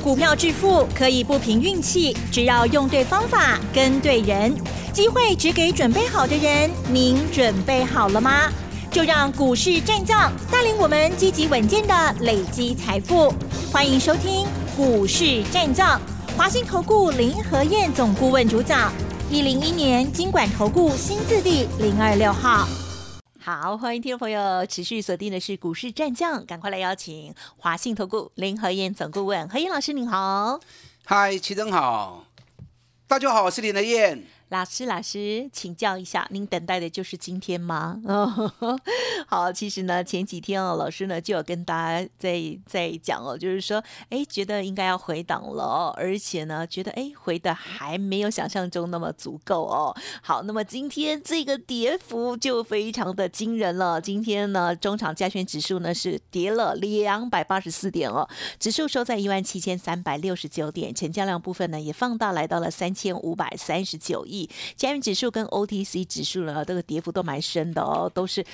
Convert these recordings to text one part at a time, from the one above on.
股票致富可以不凭运气，只要用对方法、跟对人，机会只给准备好的人。您准备好了吗？就让股市战将带领我们积极稳健的累积财富。欢迎收听股市战将，华信投顾林和彥总顾问主讲，101年金管投顾新字第026号。好，欢迎听众朋友持续锁定的是股市战将，赶快来邀请华信投顾林和彥总顾问，和彥老师您好。 嗨，齐真好，大家好，我是林和彥。 老师，请教一下，您等待的就是今天吗？好，其实呢，前几天老师呢就有跟大家在讲就是说，觉得应该要回档了而且呢，觉得回的还没有想象中那么足够好，那么今天这个跌幅就非常的惊人了。今天呢，中场加权指数呢是跌了284点指数收在17369点，成交量部分呢也放大来到了3539亿。加权指数跟 OTC 指数呢，这个跌幅都蛮深的都是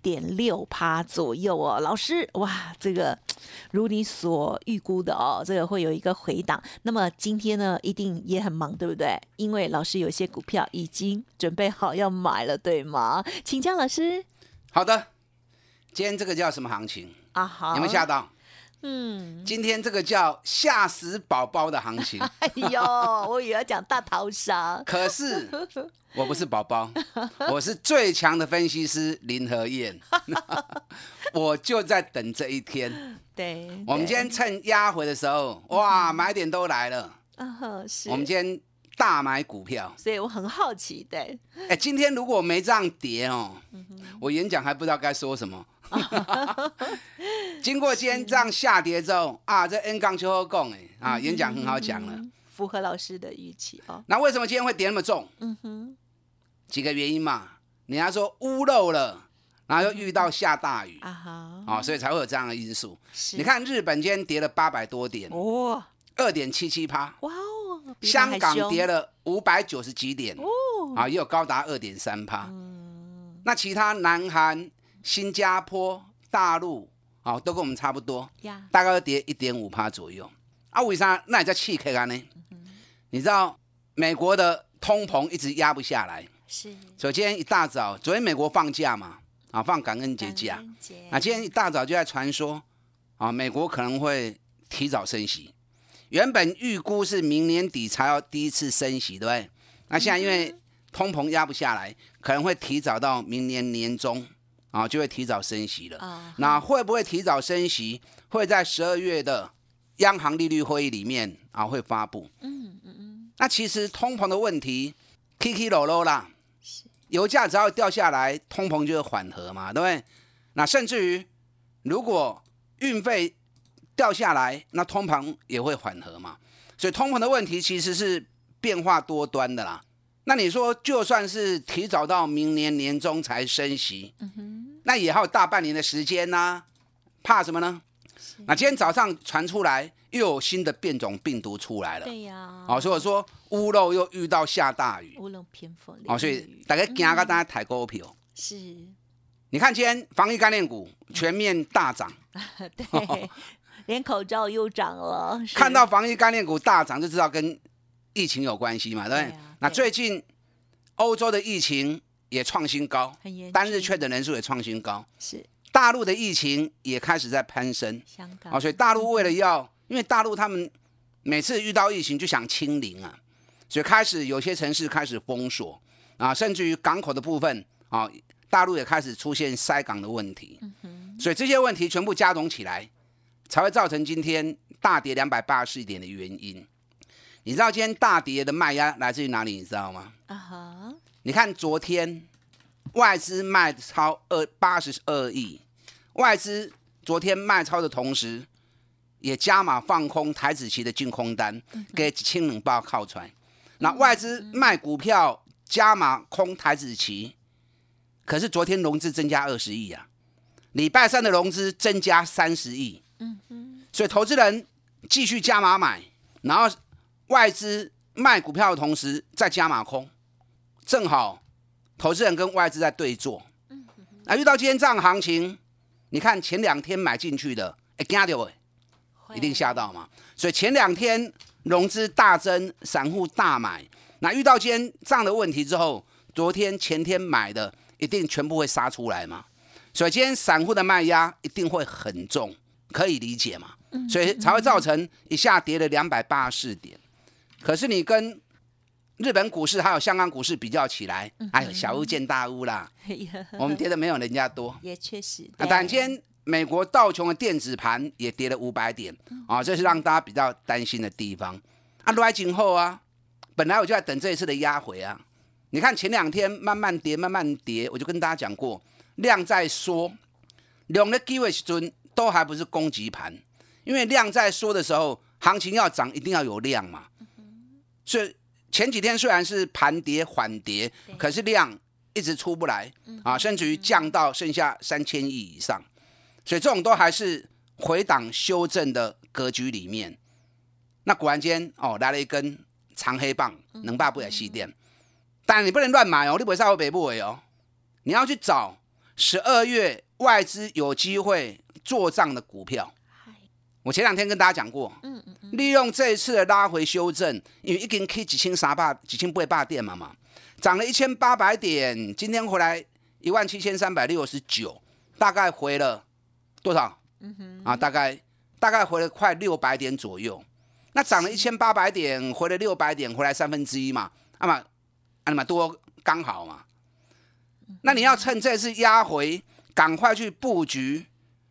1.6% 左右老师，哇，这个如你所预估的这个会有一个回档。那么今天呢，一定也很忙，对不对？因为老师有些股票已经准备好要买了，对吗？请教老师。 好的，今天这个叫什么行情有没有吓到？今天这个叫吓死宝宝的行情。 哎呦，我以为要讲大逃杀。 可是我不是宝宝，我是最强的分析师林和彥。我就在等这一天。 对， 我们今天趁压回的时候，哇，买点都来了。 是我们今天大买股票， 所以我很好奇。对， 今天如果没这样跌我演讲还不知道该说什么。经过今天这样下跌之后这 N 杠就好讲演讲很好讲了， 符合老师的预期那为什么今天会跌那么重？几个原因嘛，人家说屋漏了，然后又遇到下大雨所以才会有这样的因素。你看日本今天跌了800多点2.77%， 哇香港跌了590几点也有高达2.3%。那其他南韩、新加坡、大陆都跟我们差不多，大概跌1.5% 左右为啥那也叫气 K 呢？你知道美国的通膨一直压不下来， 是。 所以今天一大早，昨天美国放假嘛放感恩节假，今天一大早就在传说美国可能会提早升息，原本预估是明年底才要第一次升息，对不对？那现在因为通膨压不下来，可能会提早到明年年中就会提早升息了。那会不会提早升息？会在12月的央行利率会议里面会发布。那其实通膨的问题起起落落啦，油价只要掉下来，通膨就会缓和嘛，对不对？那甚至于如果运费掉下来，那通膨也会缓和嘛。所以通膨的问题其实是变化多端的啦。那你说就算是提早到明年年中才升息，那也还有大半年的时间怕什么呢？那今天早上传出来又有新的变种病毒出来了， 对呀， 所以我说屋漏又遇到下大雨， 屋漏偏逢所以大家惊到大家抬股票。 是， 你看今天防疫概念股全面大涨， 对，连口罩又涨了。 看到防疫概念股大涨就知道跟疫情有关系嘛，对不对？那最近欧洲的疫情也创新高，单日确诊人数也创新高， 是。 大陆的疫情也开始在攀升， 香港所以大陆为了因为大陆他们每次遇到疫情就想清零所以开始有些城市开始封锁甚至于港口的部分大陆也开始出现塞港的问题，所以这些问题全部加总起来，才会造成今天大跌284点的原因。你知道今天大跌的卖压来自于哪里？你知道吗？你看昨天外资卖超82亿，外资昨天卖超的同时，也加码放空台指期的净空单，给1200靠出来。那外资卖股票加码空台指期，可是昨天融资增加20亿礼拜三的融资增加30亿，所以投资人继续加码买，然后外资卖股票的同时再加码空，正好投资人跟外资在对坐。遇到今天这样的行情，你看前2天买进去的，惊到一定吓到嘛。所以前2天融资大增，散户大买，那遇到今天这样的问题之后，昨天前天买的一定全部会杀出来嘛。所以今天散户的卖压一定会很重，可以理解嘛。所以才会造成一下跌了284点。可是你跟日本股市还有香港股市比较起来，哎呦，小巫见大巫啦。我们跌的没有人家多， 也确实。 但今天美国道琼的电子盘也跌了500点啊，这是让大家比较担心的地方啊。落在今后啊，本来我就在等这一次的压回啊。你看前2天慢慢跌，慢慢跌，我就跟大家讲过，量在缩，量的机会时阵都还不是攻击盘。因为量在缩的时候，行情要涨一定要有量嘛，所以前几天虽然是盘跌缓跌，可是量一直出不来啊，甚至于降到剩下3000亿以上，所以这种都还是回档修正的格局里面。那果然间来了一根长黑棒，能把不也吸电，但你不能乱买哦，你不会上北部哦，你要去找12月外资有机会做账的股票。我前2天跟大家讲过，利用这一次的拉回修正，因为已经去1800点嘛，涨了1800点，今天回来17369，大概回了多少？大概回了快600点左右。那涨了1800点，回了600点，回来1/3嘛，那么多刚好嘛。那你要趁这次压回，赶快去布局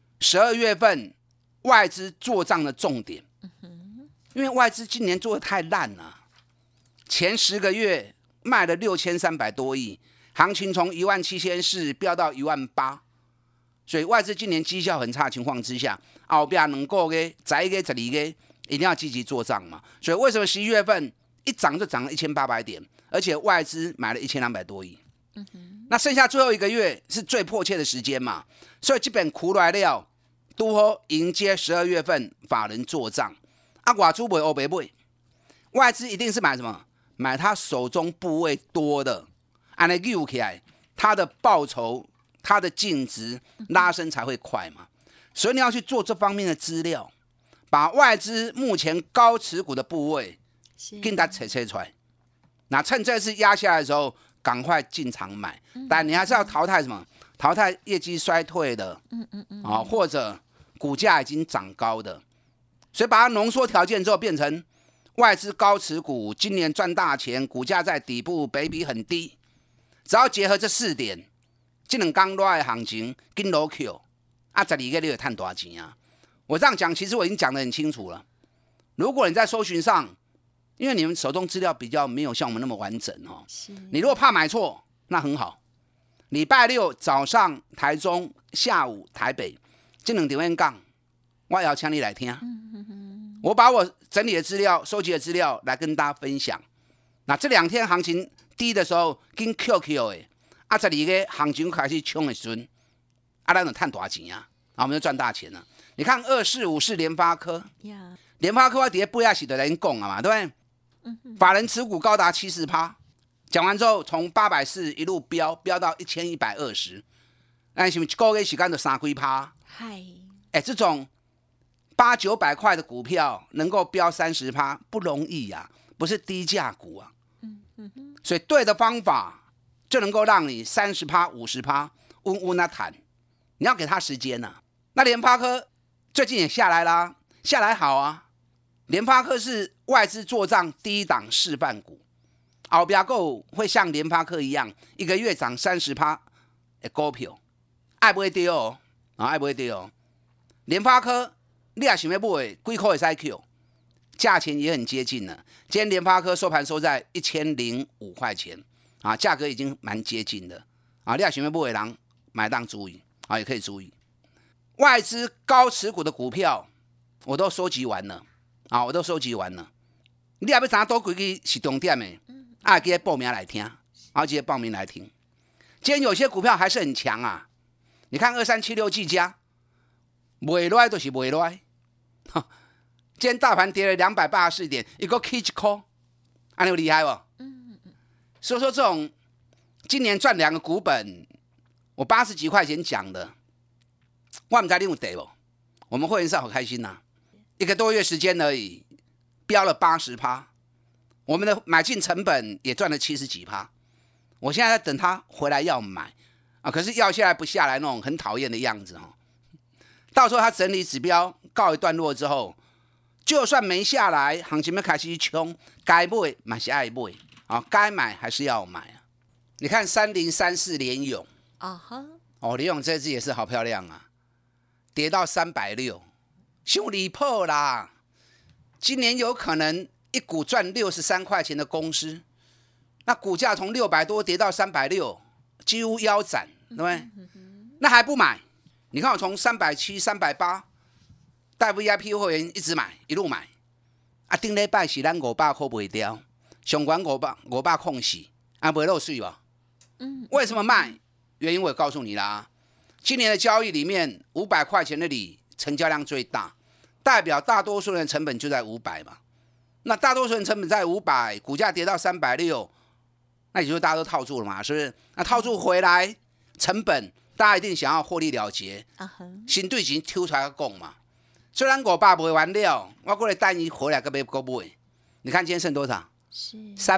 12月份。外资做账的重点，因为外资今年做的太烂了，前10个月卖了6300多亿，行情从17400飙到18000，所以外资今年绩效很差的情况之下，后边2个月、11个、12个一定要积极做账嘛。所以为什么11月份一涨就涨了1800点，而且外资买了1200多亿，那剩下最后1个月是最迫切的时间嘛，所以这本苦来了。如何迎接12月份法人做账？外资不会买，外资一定是买什么？买他手中部位多的，按你溜起来，他的报酬、他的净值拉升才会快嘛。所以你要去做这方面的资料，把外资目前高持股的部位给它扯出来。那趁这次压下来的时候，赶快进场买。但你还是要淘汰什么？淘汰业绩衰退的，或者股价已经涨高的，所以把它浓缩条件之后，变成外资高持股，今年赚大钱，股价在底部，本益比很低。只要结合这4点，这2天落的行情跟落去，12个你就赚多少钱啊？我这样讲，其实我已经讲得很清楚了。如果你在搜寻上，因为你们手中资料比较没有像我们那么完整你如果怕买错，那很好。礼拜6早上台中，下午台北。这2点讲，我也要请你来听。我把我整理的资料、收集的资料来跟大家分享。那这2天行情低的时候，跟 QQ 的，12个行情开始冲的时候，咱就赚多少钱啊？我们就赚大钱了。你看2454联发科，联发科我底下不要洗的人讲了嘛，对不对？法人持股高达70%，讲完之后从840一路飙到1120，那是不是1个月时间就3几%？这种800-900块的股票能够飙30%不容易啊，不是低价股啊。所以对的方法就能够让你30%、50%稳稳的谈。你要给他时间啊。那联发科最近也下来啦，下来好啊。联发科是外资做账第一档示范股，后边会像联发科一样1个月涨30%的股票，爱不会跌哦。爱不会跌哦。联发科你也想要买，几块会使扣，价钱也很接近了。今天联发科收盘收在1005块钱价格已经蛮接近的你也想要买的人买当注意也可以注意。外资高持股的股票我都收集完了我都收集完了。你也要知道多几个是重点的记得报名来听记得报名来听。今天有些股票还是很强啊。你看2376技嘉，卖落就是卖落。今天大盘跌了284点，一个 K 1块，这样有厉害不？所以说这种今年赚2个股本，我80几块钱讲的，我不知道你有得不？我们会员是好开心呐， 1个多月时间而已，飙了80%，我们的买进成本也赚了70几%。我现在在等它回来要买啊，可是要下来不下来那种很讨厌的样子哦。到时候它整理指标告一段落之后，就算没下来，行情要开始冲，该买还是爱买啊，该买还是要买啊。你看3034联咏哦，联咏这支也是好漂亮啊，跌到360，太离谱啦！今年有可能一股赚63块钱的公司，那股价从600多跌到360，几乎腰斩，对不对？那还不买？你看我从370、380带 VIP 会员一直买，一路买。啊，顶礼拜是咱500块卖掉，上管500控死，啊，卖漏水吧？为什么卖？原因我也告诉你啦。今年的交易里面，500块钱那里成交量最大，代表大多数人的成本就在500嘛。那大多数人成本在500，股价跌到360，那也就是大家都套住了嘛，是不是？那套住回来，成本大家一定想要获利了结，新对钱抽出来讲嘛。虽然500卖完了，我过来等伊回来个买。你看今天剩多少？是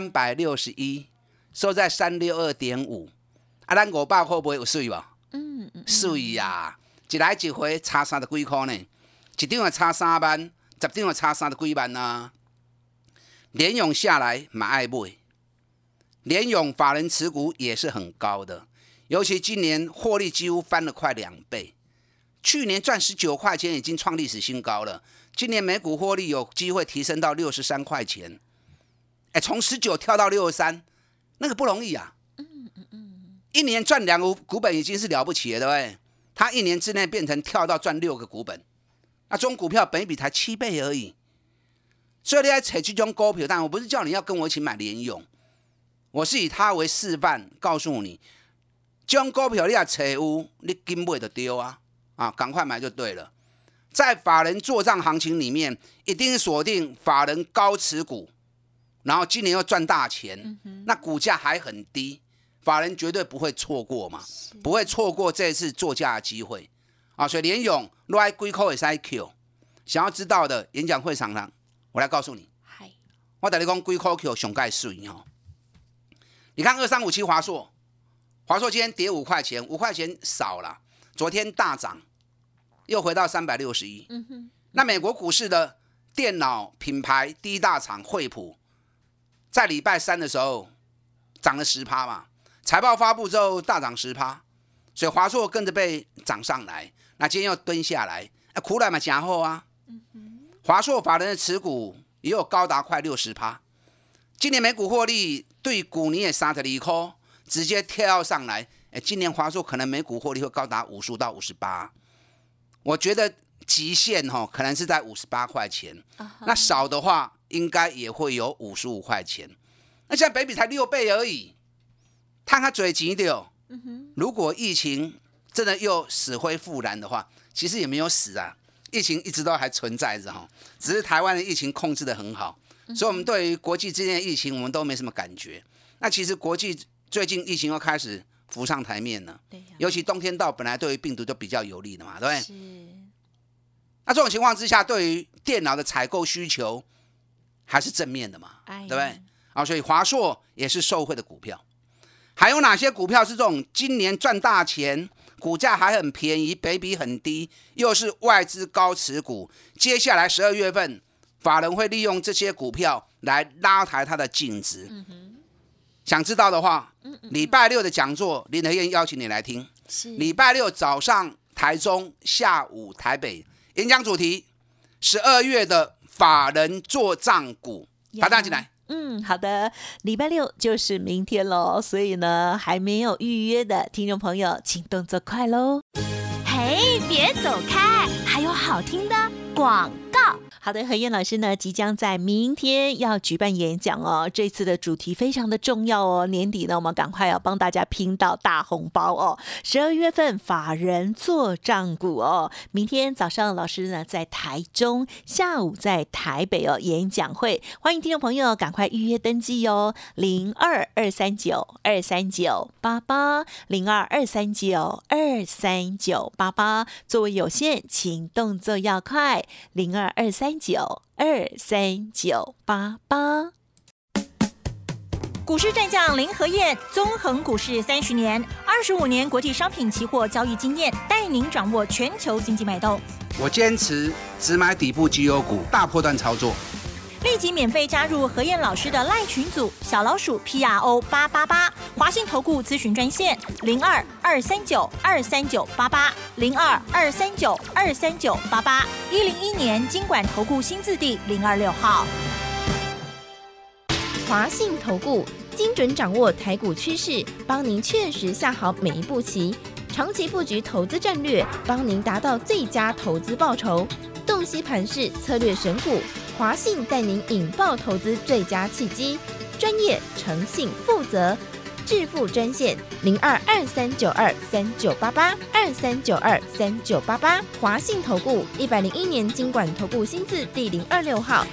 361，收在362.5。啊，咱500块卖有水无？水呀！一来一回差30几块呢，一张也差3万，10张也差30几万啊。联咏下来嘛爱买，联咏法人持股也是很高的，尤其今年获利几乎翻了快2倍。去年赚19块钱已经创历史新高了，今年每股获利有机会提升到63块钱，从19跳到63，那个不容易啊。一年赚2个股本已经是了不起了，对不对？他1年之内变成跳到赚6个股本，那这种股票本益比才7倍而已。所以你要找这种股票，但我不是叫你要跟我一起买联咏，我是以它为示范，告诉你，这种股票你要找有，你紧买就对啊，赶快买就对了。在法人做账行情里面，一定锁定法人高持股，然后今年又赚大钱，那股价还很低，法人绝对不会错过嘛，不会错过这次作价的机会啊。所以联咏落来几块会使 Q， 想要知道的演讲会场上，我来告诉你。我跟你讲几块 Q 上盖水哦。你看2357华硕，华硕今天跌5块钱，5块钱少了，昨天大涨，又回到361。那美国股市的电脑品牌第一大厂惠普，在礼拜3的时候涨了10%嘛，财报发布之后大涨10%，所以华硕跟着被涨上来。那今天又蹲下来，苦来嘛真好啊。华硕法人的持股也有高达快60%，今年每股获利对股年也32块，直接跳上来。今年华硕可能每股获利会高达50到58，我觉得极限可能是在58块钱，那少的话应该也会有55块钱。那现在本益比才6倍而已，看看嘴急的。如果疫情真的又死灰复燃的话，其实也没有死啊，疫情一直都还存在着，只是台湾的疫情控制得很好，所以我们对于国际之间的疫情我们都没什么感觉。那其实国际最近疫情又开始浮上台面了，尤其冬天到，本来对于病毒就比较有利的嘛，对不对？那这种情况之下，对于电脑的采购需求还是正面的嘛，对不对？所以华硕也是受惠的股票。还有哪些股票是这种今年赚大钱，股价还很便宜，本益比很低，又是外资高持股？接下来12月份，法人会利用这些股票来拉抬它的净值。想知道的话，礼拜6的讲座，林和燕邀请你来听。礼拜6早上台中，下午台北，演讲主题12月的法人做账股，把大家进来。 好的，礼拜6就是明天咯，所以呢，还没有预约的听众朋友，请动作快咯。 嘿，别走开，还有好听的广告。 好的，和燕老师呢即将在明天要举办演讲哦，这次的主题非常的重要哦，年底呢我们赶快要帮大家拼到大红包哦。12月份法人做账股哦，明天早上老师呢在台中，下午在台北哦演讲会，欢迎听众朋友赶快预约登记哦，02-239-23988 02-239-23988，座位有限，请动作要快，02-239 239-23988。 股市战将林和燕，纵横股市30年，25年国际商品期货交易经验，带您掌握全球经济脉动。 我坚持只买底部绩优股，大波段操作。 立即免费加入何燕老师的LINE群组，小老鼠 PRO888，华信投顾咨询专线02-239-23988，02-239-23988，101年金管投顾新字第026号。 华信投顾精准掌握台股趋势，帮您确实下好每一步棋，长期布局投资战略，帮您达到最佳投资报酬。洞悉盘势，策略选股，华信带您引爆投资最佳契机，专业、诚信、负责，致富专线02-2392-3988，2392-3988，华信投顾101年金管投顾新字第026号。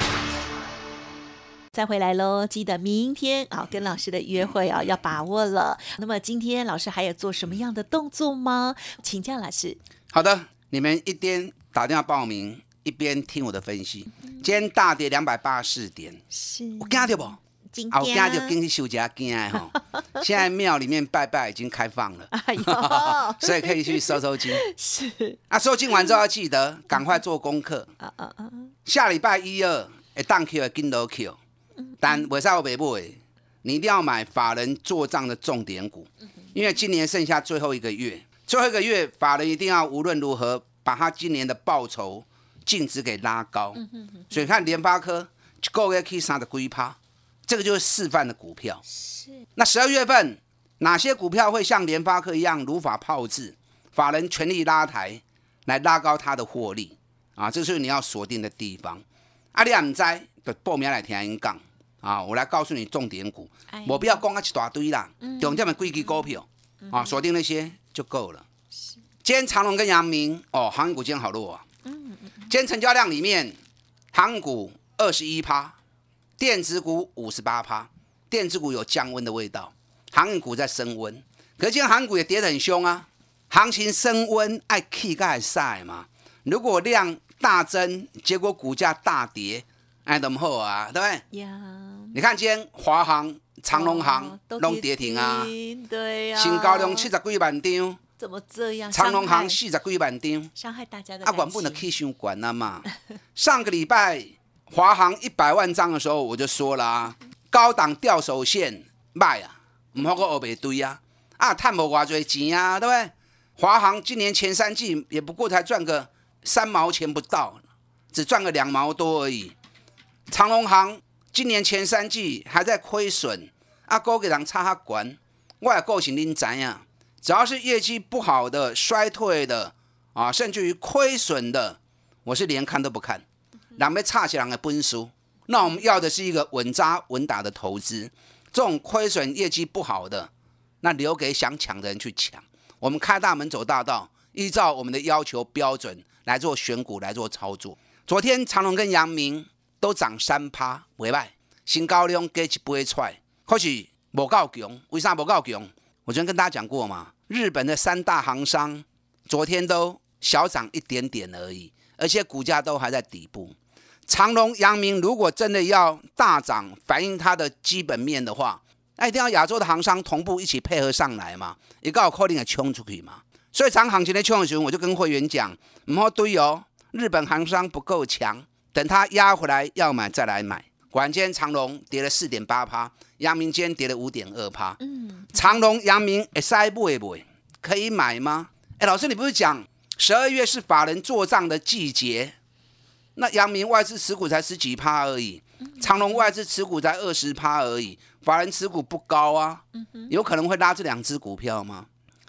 再回来喽，记得明天跟老师的约会要把握了。那么今天老师还有做什么样的动作吗？请教老师。 好的，你们一边打电话报名，一边听我的分析。今天大跌284点， 是我惊到不？我惊到跟去休假惊的哈。现在庙里面拜拜已经开放了， 哎呦所以可以去收收金。 是收金完之后要记得赶快做功课。下礼拜1、2会当 Q 的跟都 Q。但为啥我没买？你一定要买法人做账的重点股，因为今年剩下最后一个月，法人一定要无论如何把他今年的报酬净值给拉高。所以看联发科一个月可以30几%，这个就是示范的股票。那12月份哪些股票会像联发科一样如法炮制，法人全力拉抬来拉高它的获利啊？这是你要锁定的地方。你也不知道就报名来听人讲啊！我来告诉你重点股，我不要讲一大堆啦，重点的几支股票啊，锁定那些就够了。今天长荣跟阳明航运股今天好弱啊。今天成交量里面，航运股21%，电子股58%，电子股有降温的味道，航运股在升温。可是今天航运股也跌得很凶啊，行情升温爱起才会晒嘛。如果量大增，结果股价大跌，怎么好啊？对不对？你看今天华航、长荣航都跌停啊， 对呀， 新高量70几万张， 怎么这样？ 长荣航40几万张， 伤害大家的感情。 原本就去伤悬了嘛。上个礼拜华航100万张的时候，我就说了啊，高档吊手线卖啊，唔好个黑白堆啊，赚无偌多钱啊，对不对？华航今年前3季也不过才赚个3毛钱不到，只赚个2毛多而已。长荣航今年前3季还在亏损，股价人差较悬，我也个性恁知影，只要是业绩不好的、衰退的甚至于亏损的，我是连看都不看。人要差些人的本事，那我们要的是一个稳扎稳打的投资。这种亏损、业绩不好的，那留给想抢的人去抢。我们开大门走大道，依照我们的要求标准来做选股，来做操作。昨天长荣跟阳明都涨3%，不错，新高量加一倍出来，可是不够强。为啥不够强？我昨天跟大家讲过嘛，日本的3大航商昨天都小涨一点点而已，而且股价都还在底部。长荣、阳明如果真的要大涨，反映它的基本面的话，那一定要亚洲的航商同步一起配合上来嘛，也刚好可能会冲出去嘛。所以涨行情的冲的时候，我就跟会员讲，不要堆哦，日本航商不够强，等它压回来要买再来买。果然今天长荣跌了 4.8%， 阳明今天跌了 5.2%。长荣、阳明会使买不？可以买吗？老师你不是讲12月是法人做账的季节？那阳明外资持股才10几%而已，长荣外资持股才20%而已，法人持股不高啊，有可能会拉这2只股票吗？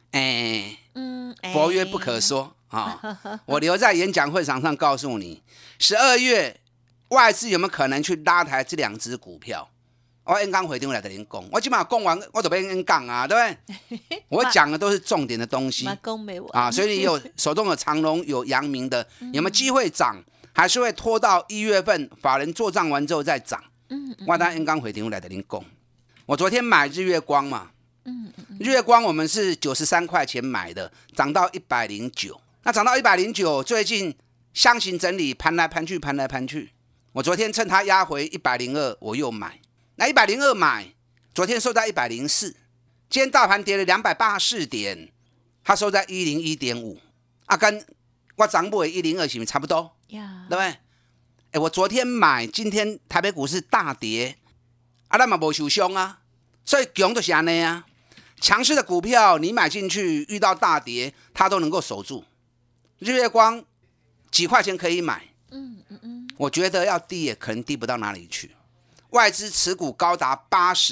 佛曰不可说我留在演讲会场上告诉你，12月外资有没有可能去拉抬这2只股票？我演讲会场来跟您讲，我基本上讲完我就要演讲啊，对不对？我讲的都是重点的东西所以你有手中有长荣有阳明的，有没有机会涨？还是会拖到1月份法人做账完之后再涨。我当演讲会场来跟您讲，我昨天买日月光嘛，日月光我们是93块钱买的，涨到109，那涨到109，最近箱型整理，盘来盘去，盘来盘去。我昨天趁它压回102，我又买。那102买，昨天收在104，今天大盘跌了284点，它收在101.5，跟我昨买的102是不是差不多？对不对？我昨天买，今天台北股市大跌，咱嘛没受伤啊。所以强就是这样啊，强势的股票你买进去，遇到大跌，它都能够守住。日月光几块钱可以买，我觉得要低也可能低不到哪里去。外资持股高达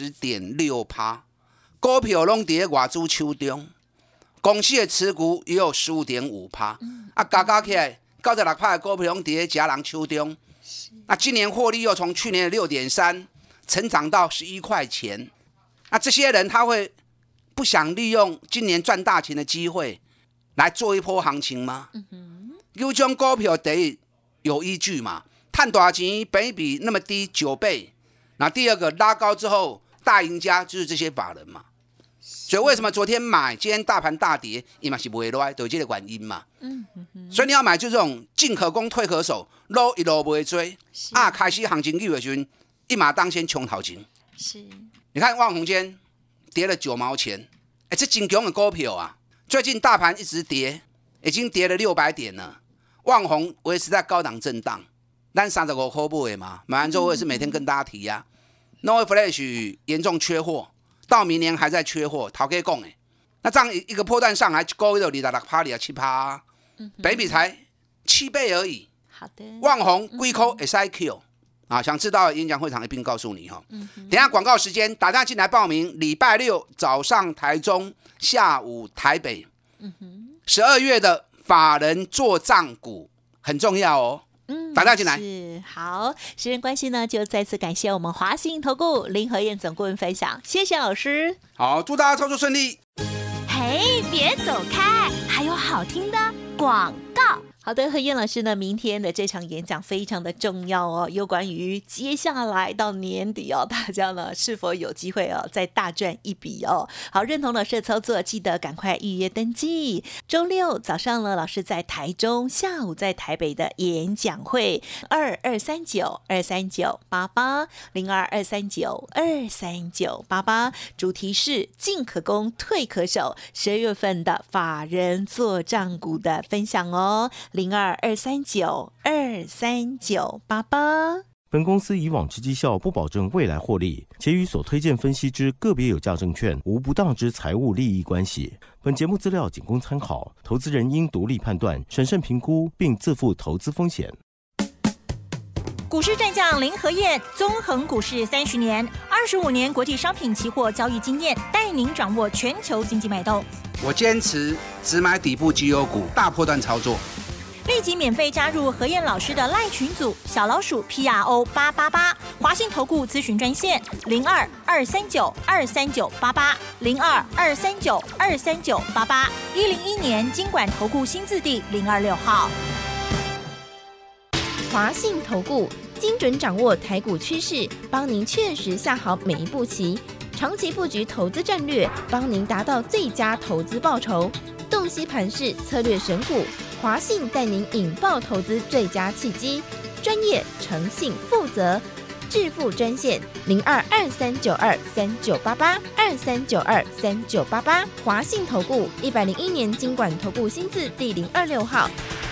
80.6%， 股票拢在外资手中，公司的持股也有 15.5%， 加起来96%的股票拢在家人手中。今年获利又从去年的 6.3 成长到11块钱。这些人他会不想利用今年赚大钱的机会来做一波行情吗？有种股票得有依据嘛，赚大钱本益比那么低9倍，那第二个拉高之后大赢家就是这些法人嘛。所以为什么昨天买，今天大盘大跌，也是不会落，都有这个原因嘛。所以你要买就这种进可攻退可守，路一路不会追，开始行情有的时候一马当先冲头前。 是。 你看旺宏今天跌了9毛钱，这很强的股票啊！最近大盘一直跌，已经跌了600点了。旺宏维持在高档震荡，咱35块买的嘛，买完之后我也是每天跟大家提啊。Noah Flash 严重缺货，到明年还在缺货，头家讲的。那这样一个波段上来，一个月就2.6%、7%，本益比才7倍而已。 好的， 旺宏几块会使 Q。想知道演讲会场一并告诉你等一下广告时间打电话进来报名，礼拜六早上台中，下午台北。12月的法人做账股很重要哦。打电话进来。 是好，时间关系呢，就再次感谢我们华信投顾林和燕总顾问分享，谢谢老师。 好，祝大家操作顺利。 嘿，别走开，还有好听的广告。 好的，和燕老师呢，明天的这场演讲非常的重要哦，有关于接下来到年底哦，大家呢是否有机会哦再大赚一笔哦？好，认同老师的操作，记得赶快预约登记。周六早上呢，老师在台中，下午在台北的演讲会，2239-23988，02-239-23988，主题是进可攻退可守，12月份的法人做账股的分享哦。02-239-23988。 本公司以往之绩效不保证未来获利，且与所推荐分析之个别有价证券无不当之财务利益关系。本节目资料仅供参考，投资人应独立判断、审慎评估，并自负投资风险。 股市战将林和燕，纵横股市30年，25年国际商品期货交易经验，带您掌握全球经济脉动。 我坚持只买底部绩优股，大波段操作。 立即免费加入和燕老师的赖群组，小老鼠 PRO888，华信投顾咨询专线02-239-23988，02-239-23988，101年金管投顾新字第026号。 华信投顾精准掌握台股趋势，帮您确实下好每一步棋，长期布局投资战略，帮您达到最佳投资报酬。洞悉盘势，策略选股，华信带您引爆投资最佳契机，专业、诚信、负责。致富专线02-2392-3988，2392-3988。华信投顾101年金管投顾新字第026号。